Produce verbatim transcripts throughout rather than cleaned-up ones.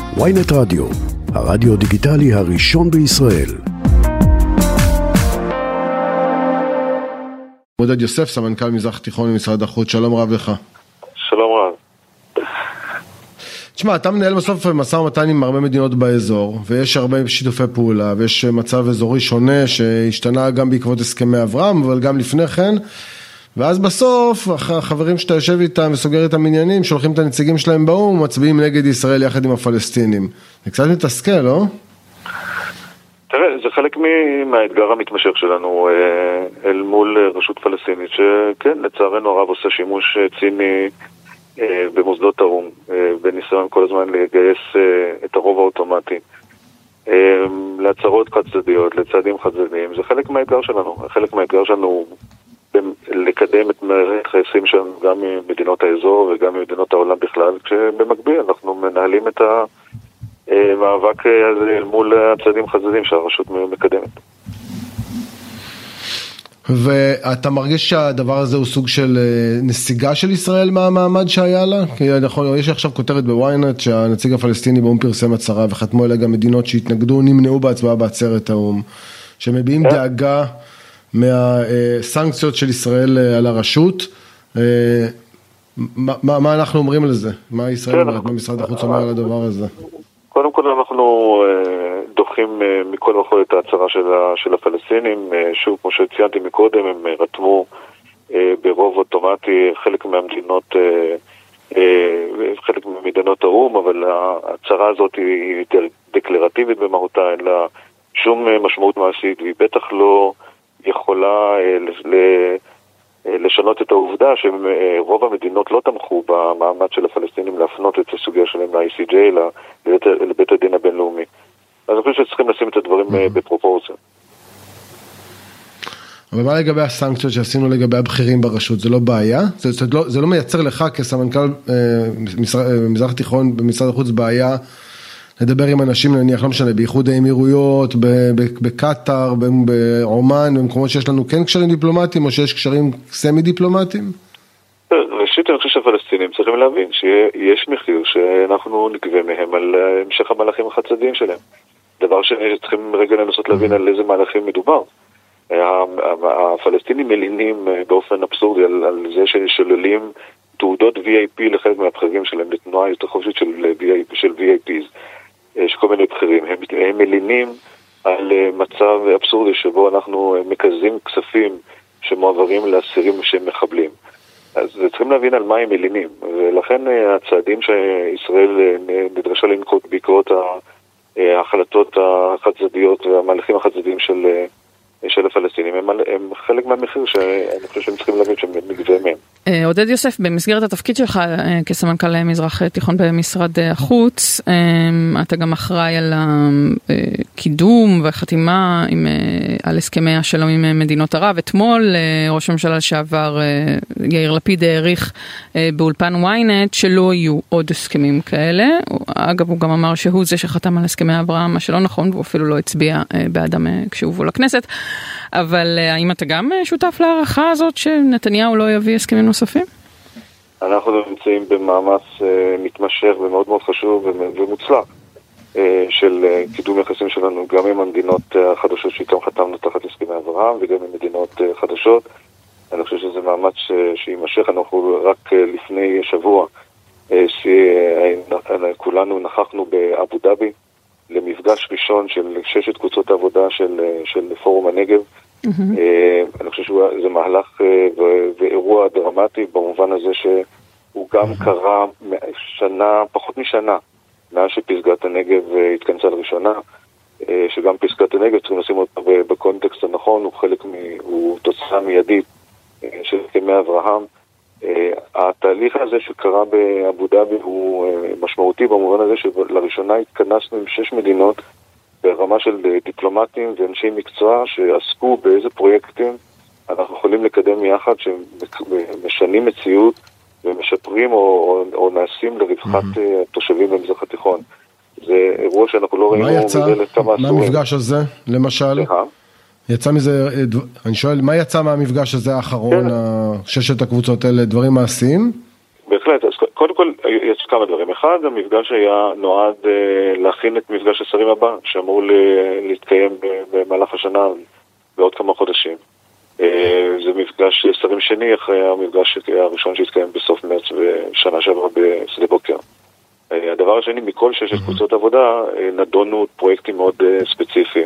וויינט רדיו, הרדיו דיגיטלי הראשון בישראל. עודד יוסף, סמנכ"ל מזרח תיכון במשרד החוץ, שלום רב לך. שלום רב. תשמע, אתה מנהל בסוף משא ומתן עם הרבה מדינות באזור, ויש הרבה שיתופי פעולה, ויש מצב אזורי שונה שהשתנה גם בעקבות הסכמי אברהם, אבל גם לפני כן, ואז בסוף החברים שאתה יושב איתם וסוגר איתם עניינים, שולחים את הנציגים שלהם באום, מצביעים נגד ישראל יחד עם הפלסטינים. זה קצת מתסכל, לא? תראה, זה חלק מהאתגר המתמשך שלנו אל מול רשות פלסטינית, שכן, לצערנו הרב עושה שימוש ציני במוסדות האום, בניסיון כל הזמן לגייס את הרוב האוטומטי להצהרות חד צדדיות, לצעדים חד צדדיים. זה חלק מהאתגר שלנו. חלק מהאתגר שלנו לקדם את מערכת היחסים שלנו גם ממדינות האזור וגם ממדינות העולם בכלל, כשבמקביל אנחנו מנהלים את המאבק הזה מול הצעדים חד צדדיים שהרשות מקדמת. ואתה מרגיש שהדבר הזה הוא סוג של נסיגה של ישראל מהמעמד שהיה לה? כי יש עכשיו כותרת בוויינט שהנציג הפלסטיני באום פרסם הצהרה וחתמו אליה גם מדינות שהתנגדו, נמנעו בהצבעה בעצרת האום, שמביעים דאגה מהסנקציות של ישראל על הרשות. מה, מה אנחנו אומרים לזה? מה ישראל אומרת? מה משרד החוץ אומר על הדבר הזה? קודם כל אנחנו דוחים מכל וכל את ההצהרה של, של הפלסטינים. שוב, כמו שציינתי מקודם, הם רתמו ברוב אוטומטי חלק מהמדינות, חלק ממדינות האום, אבל ההצהרה הזאת היא דקלרטיבית במהותה, אין לה שום משמעות מעשית, והיא בטח לא יכולה לשנות את העובדה שרוב המדינות לא תמכו במעמד של הפלסטינים להפנות את הסוגיה שלהם ל-איי סי ג'יי, לבית הדין הבינלאומי. אז אני חושב שצריכים לשים את הדברים בפרופורציה. אבל מה לגבי הסנקציות שעשינו לגבי הבכירים ברשות? זה לא בעיה? זה, זה, לא, זה לא מייצר לך כסמנכ"ל מזרח תיכון במשרד החוץ בעיה לדבר עם אנשים, נניח, לא משנה, בייחוד האמירויות, בקטר, בעומן, במקומות שיש לנו כן קשרים דיפלומטיים, או שיש קשרים סמי דיפלומטיים? ראשית, אני חושב שהפלסטינים צריכים להבין שיש מחיר שאנחנו נגבה מהם על המשך המהלכים החד-צדדיים שלהם. דבר שני, צריכים רגע לנסות להבין על איזה מהלכים מדובר. הפלסטינים מלינים באופן אבסורדי על, על זה ששוללים תעודות וי איי פי לחלק מהבחרים שלהם, לתנועה יותר חופשית של, של וי איי פיז. יש כל מיני בחירים. הם, הם מלינים על מצב אבסורדי שבו אנחנו מקזזים כספים שמועברים לאסירים שהם מחבלים. אז צריכים להבין על מה הם מלינים, ולכן הצעדים שישראל נדרשה לנקוט בעקבות ההחלטות החד-צדדיות והמהלכים החד-צדדיים של, של הפלסטינים, הם, הם חלק מהמחיר שאני חושב שהם צריכים להבין שהם נגבה מהם. עודד יוסף, במסגרת התפקיד שלך כסמנכ"ל מזרח תיכון במשרד החוץ, אתה גם אחראי על הקידום והחתימה עם, על הסכמי השלום עם מדינות ערב. אתמול ראש הממשלה לשעבר יאיר לפיד העריך באולפן וויינט שלא יהיו עוד הסכמים כאלה. אגב, הוא גם אמר שהוא זה שחתם על הסכמי אברהם, מה שלא נכון, והוא אפילו לא הצביע בעדם כשהובאו לכנסת. אבל האם אתה גם שותף להערכה הזאת שנתניהו לא יביא הסכמים נוספים? אנחנו נמצאים במאמץ מתמשך ומאוד מאוד חשוב ומוצלח של קידום יחסים שלנו גם עם המדינות החדשות שאיתם חתמנו תחת הסכמי אברהם וגם עם מדינות חדשות. אני חושב שזה מאמץ שימשך. אנחנו רק לפני שבוע כולנו נכחנו באבו דאבי למפגש ראשון של ששת קבוצות העבודה של, של פורום הנגב. Mm-hmm. אני חושב שזה מהלך ואירוע דרמטי במובן הזה שהוא גם mm-hmm. קרה שנה, פחות משנה, מאז שפסגת הנגב התכנסה לראשונה, שגם פסגת הנגב צריכים לשים אותה בקונטקסט הנכון, הוא חלק, מ, הוא תוצאה מיידית של הסכמי אברהם. התהליך הזה שקרה באבו דאבי הוא משמעותי במובן הזה שלראשונה התכנסנו עם שש מדינות ברמה של דיפלומטים ואנשי מקצוע שעסקו באיזה פרויקטים אנחנו יכולים לקדם יחד שמשנים מציאות ומשפרים או, או, או נעשים לרווחת mm-hmm. התושבים במזרח התיכון. זה אירוע שאנחנו לא ראינו. מה יצא? מה המפגש הזה למשל? סליחה? יצא מזה, אני שואל, מה יצא מהמפגש הזה האחרון, ששת הקבוצות האלה, דברים מעשיים? בהחלט, אז קודם כל, יש כמה דברים. אחד, המפגש היה נועד להכין את מפגש השרים הבא, שאמור להתקיים במהלך השנה בעוד כמה חודשים. זה מפגש שרים שני אחרי המפגש הראשון שהתקיים בסוף מרץ ושנה שעברה בשדה בוקר. הדבר השני, מכל ששת קבוצות עבודה נדונו פרויקטים מאוד ספציפיים.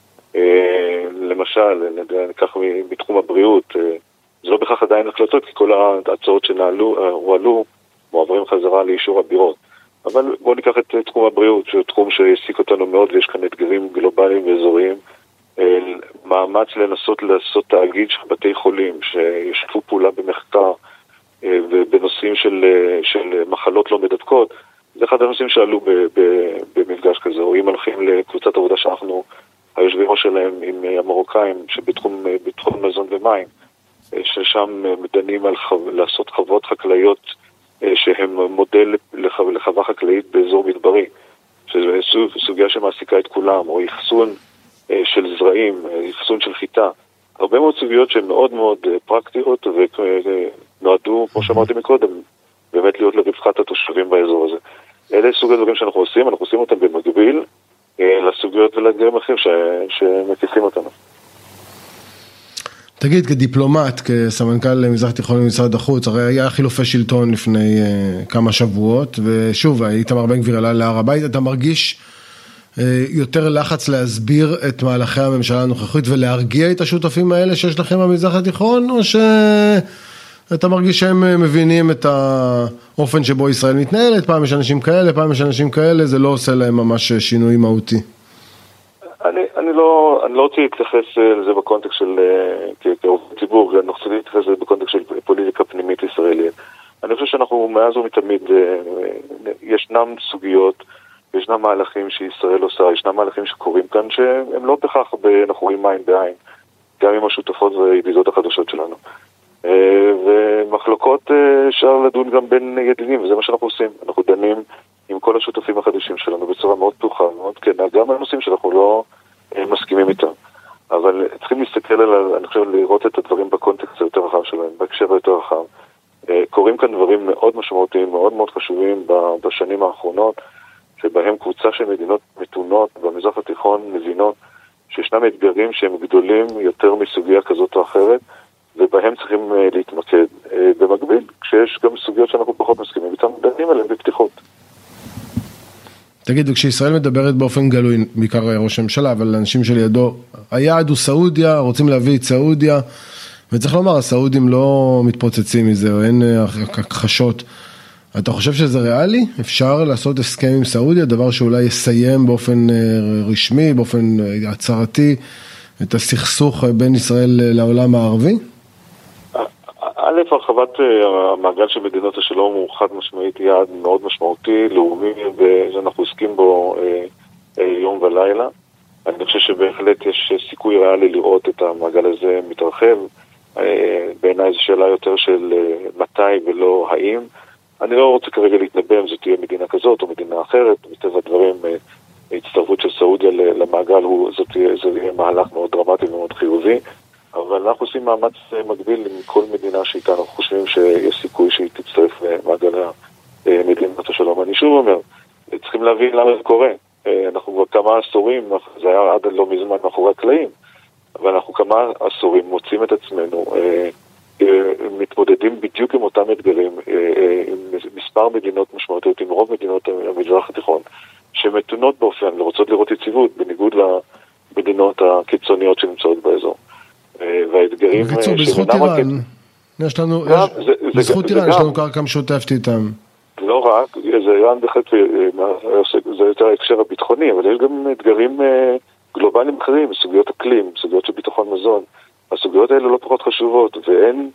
למשל, ניקח מתחום הבריאות, זה לא בכך עדיין החלטות, כי כל ההצעות שהועלו מועברים חזרה לאישור הבירות. אבל בואו ניקח את תחום הבריאות, שהוא תחום שהעסיק אותנו מאוד, ויש כאן אתגרים גלובליים ואזוריים. מאמץ לנסות לעשות תאגיד של בתי חולים, שישתפו פעולה במחקר ובנושאים של, של מחלות לא מדבקות. זה אחד הנושאים שעלו במפגש כזה, או אם הולכים לקבוצת עבודה שאנחנו היושבי ראש שלהם עם המרוקאים, שבתחום בתחום מזון ומים, ששם מדנים על חו... לעשות חוות חקלאיות שהם מודל לח... לחווה חקלאית באזור מדברי, שזו סוגיה שמעסיקה את כולם, או יחסון של זרעים, יחסון של חיטה. הרבה מאוד סוגיות שהן מאוד מאוד פרקטיות ונועדו, כמו שאמרתי מקודם, באמת להיות לרווחת התושבים באזור הזה. אלה סוג הדברים שאנחנו עושים, אנחנו עושים אותם במקביל לסוגיות ולאתגרים אחרים שמקיפים אותנו. תגיד, כדיפלומט, כסמנכ"ל מזרח תיכון במשרד החוץ, הרי היה חילופי שלטון לפני uh, כמה שבועות, ושוב, איתמר בן גביר עלה להר הבית, אתה מרגיש uh, יותר לחץ להסביר את מהלכי הממשלה הנוכחית, ולהרגיע את השותפים האלה שיש לכם במזרח התיכון, או שאתה מרגיש שהם מבינים את האופן שבו ישראל מתנהלת, פעם יש אנשים כאלה, פעם יש אנשים כאלה, זה לא עושה להם ממש שינוי מהותי? אני, אני לא, אני לא רוצה להתייחס לזה בקונטקסט של כעובד ציבור, אני רוצה להתייחס לזה בקונטקסט של פוליטיקה פנימית ישראלית. אני חושב שאנחנו מאז ומתמיד, ישנם סוגיות, ישנם מהלכים שישראל עושה, ישנם מהלכים שקורים כאן, שהם לא בכך אנחנו רואים מים בעין, גם עם השותפות והידידות החדשות שלנו. ומחלוקות אפשר לדון גם בין ידידים, וזה מה שאנחנו עושים. אנחנו דנים עם כל השותפים החדשים שלנו בצורה מאוד פתוחה, מאוד כנה, גם הנושאים שאנחנו לא מסכימים איתם. אבל צריכים להסתכל על, אני חושב, לראות את הדברים בקונטקסט היותר רחב שלהם, בהקשר היותר רחב. קורים כאן דברים מאוד משמעותיים, מאוד מאוד חשובים בשנים האחרונות, שבהם קבוצה של מדינות מתונות במזרח התיכון מבינות שישנם אתגרים שהם גדולים יותר מסוגיה כזאת או אחרת, ובהם צריכים להתמקד. במקביל, כשיש גם סוגיות שאנחנו פחות מסכימים איתם, דנים עליהם בפתיחות. תגיד, וכשישראל מדברת באופן גלוי, בעיקר ראש הממשלה, אבל אנשים שלידו, היעד הוא סעודיה, רוצים להביא את סעודיה, וצריך לומר, הסעודים לא מתפוצצים מזה, או אין הכחשות. אתה חושב שזה ריאלי? אפשר לעשות הסכם עם סעודיה, דבר שאולי יסיים באופן רשמי, באופן הצהרתי, את הסכסוך בין ישראל לעולם הערבי? א', הרחבת המעגל של מדינות השלום הוא חד משמעית יעד מאוד משמעותי, לאומי, ואנחנו עוסקים בו יום ולילה. אני חושב שבהחלט יש סיכוי ריאלי לראות את המעגל הזה מתרחב. בעיניי זו שאלה יותר של מתי ולא האם. אני לא רוצה כרגע להתנבא אם זו תהיה מדינה כזאת או מדינה אחרת. מטבע הדברים, הצטרפות של סעודיה למעגל זאת תהיה מהלך מאוד דרמטי ומאוד חיובי. אבל אנחנו עושים מאמץ מקביל עם כל מדינה שאיתה אנחנו חושבים שיש סיכוי שהיא תצטרף למעגל מדינת השלום. אני שוב אומר, צריכים להבין למה זה קורה. אנחנו כבר כמה עשורים, זה היה עד לא מזמן מאחורי הקלעים, אבל אנחנו כמה עשורים מוצאים את עצמנו, מתמודדים בדיוק עם אותם אתגרים, עם מספר מדינות משמעותיות, עם רוב מדינות המזרח התיכון, שמתונות באופן ורוצות לראות יציבות, בניגוד למדינות הקיצוניות שנמצאות באזור. והאתגרים... בקיצור, בזכות איראן, יש לנו, בזכות איראן יש לנו קרקע משותפת איתם. לא רק, זה איראן בהחלט, זה יותר ההקשר הביטחוני, אבל יש גם אתגרים גלובליים אחרים, סוגיות אקלים, סוגיות של ביטחון מזון. הסוגיות האלה לא פחות חשובות, ואין,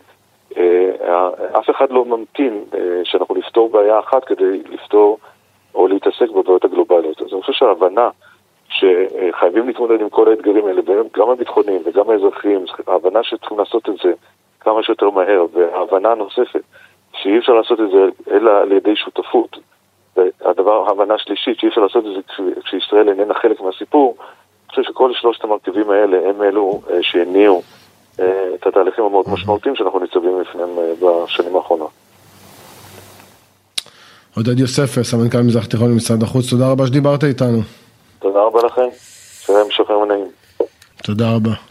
אף אחד לא ממתין שאנחנו נפתור בעיה אחת כדי לפתור או להתעסק בבעיות הגלובליות. אז אני חושב שההבנה שחייבים להתמודד עם כל האתגרים האלה, גם הביטחוניים וגם האזרחיים, ההבנה שצריכים לעשות את זה כמה שיותר מהר, וההבנה הנוספת שאי אפשר לעשות את זה אלא על ידי שותפות. והדבר, ההבנה השלישית, שאי אפשר לעשות את זה כשישראל איננה חלק מהסיפור, אני חושב שכל שלושת המרכיבים האלה הם אלו שהניעו את התהליכים המאוד משמעותיים שאנחנו ניצבים לפניהם בשנים האחרונות. עודד יוסף, סמנכ"ל מזרח תיכון במשרד החוץ, תודה רבה שדיברת איתנו. תודה רבה לכם, שיהיה המשך יום נעים. תודה רבה.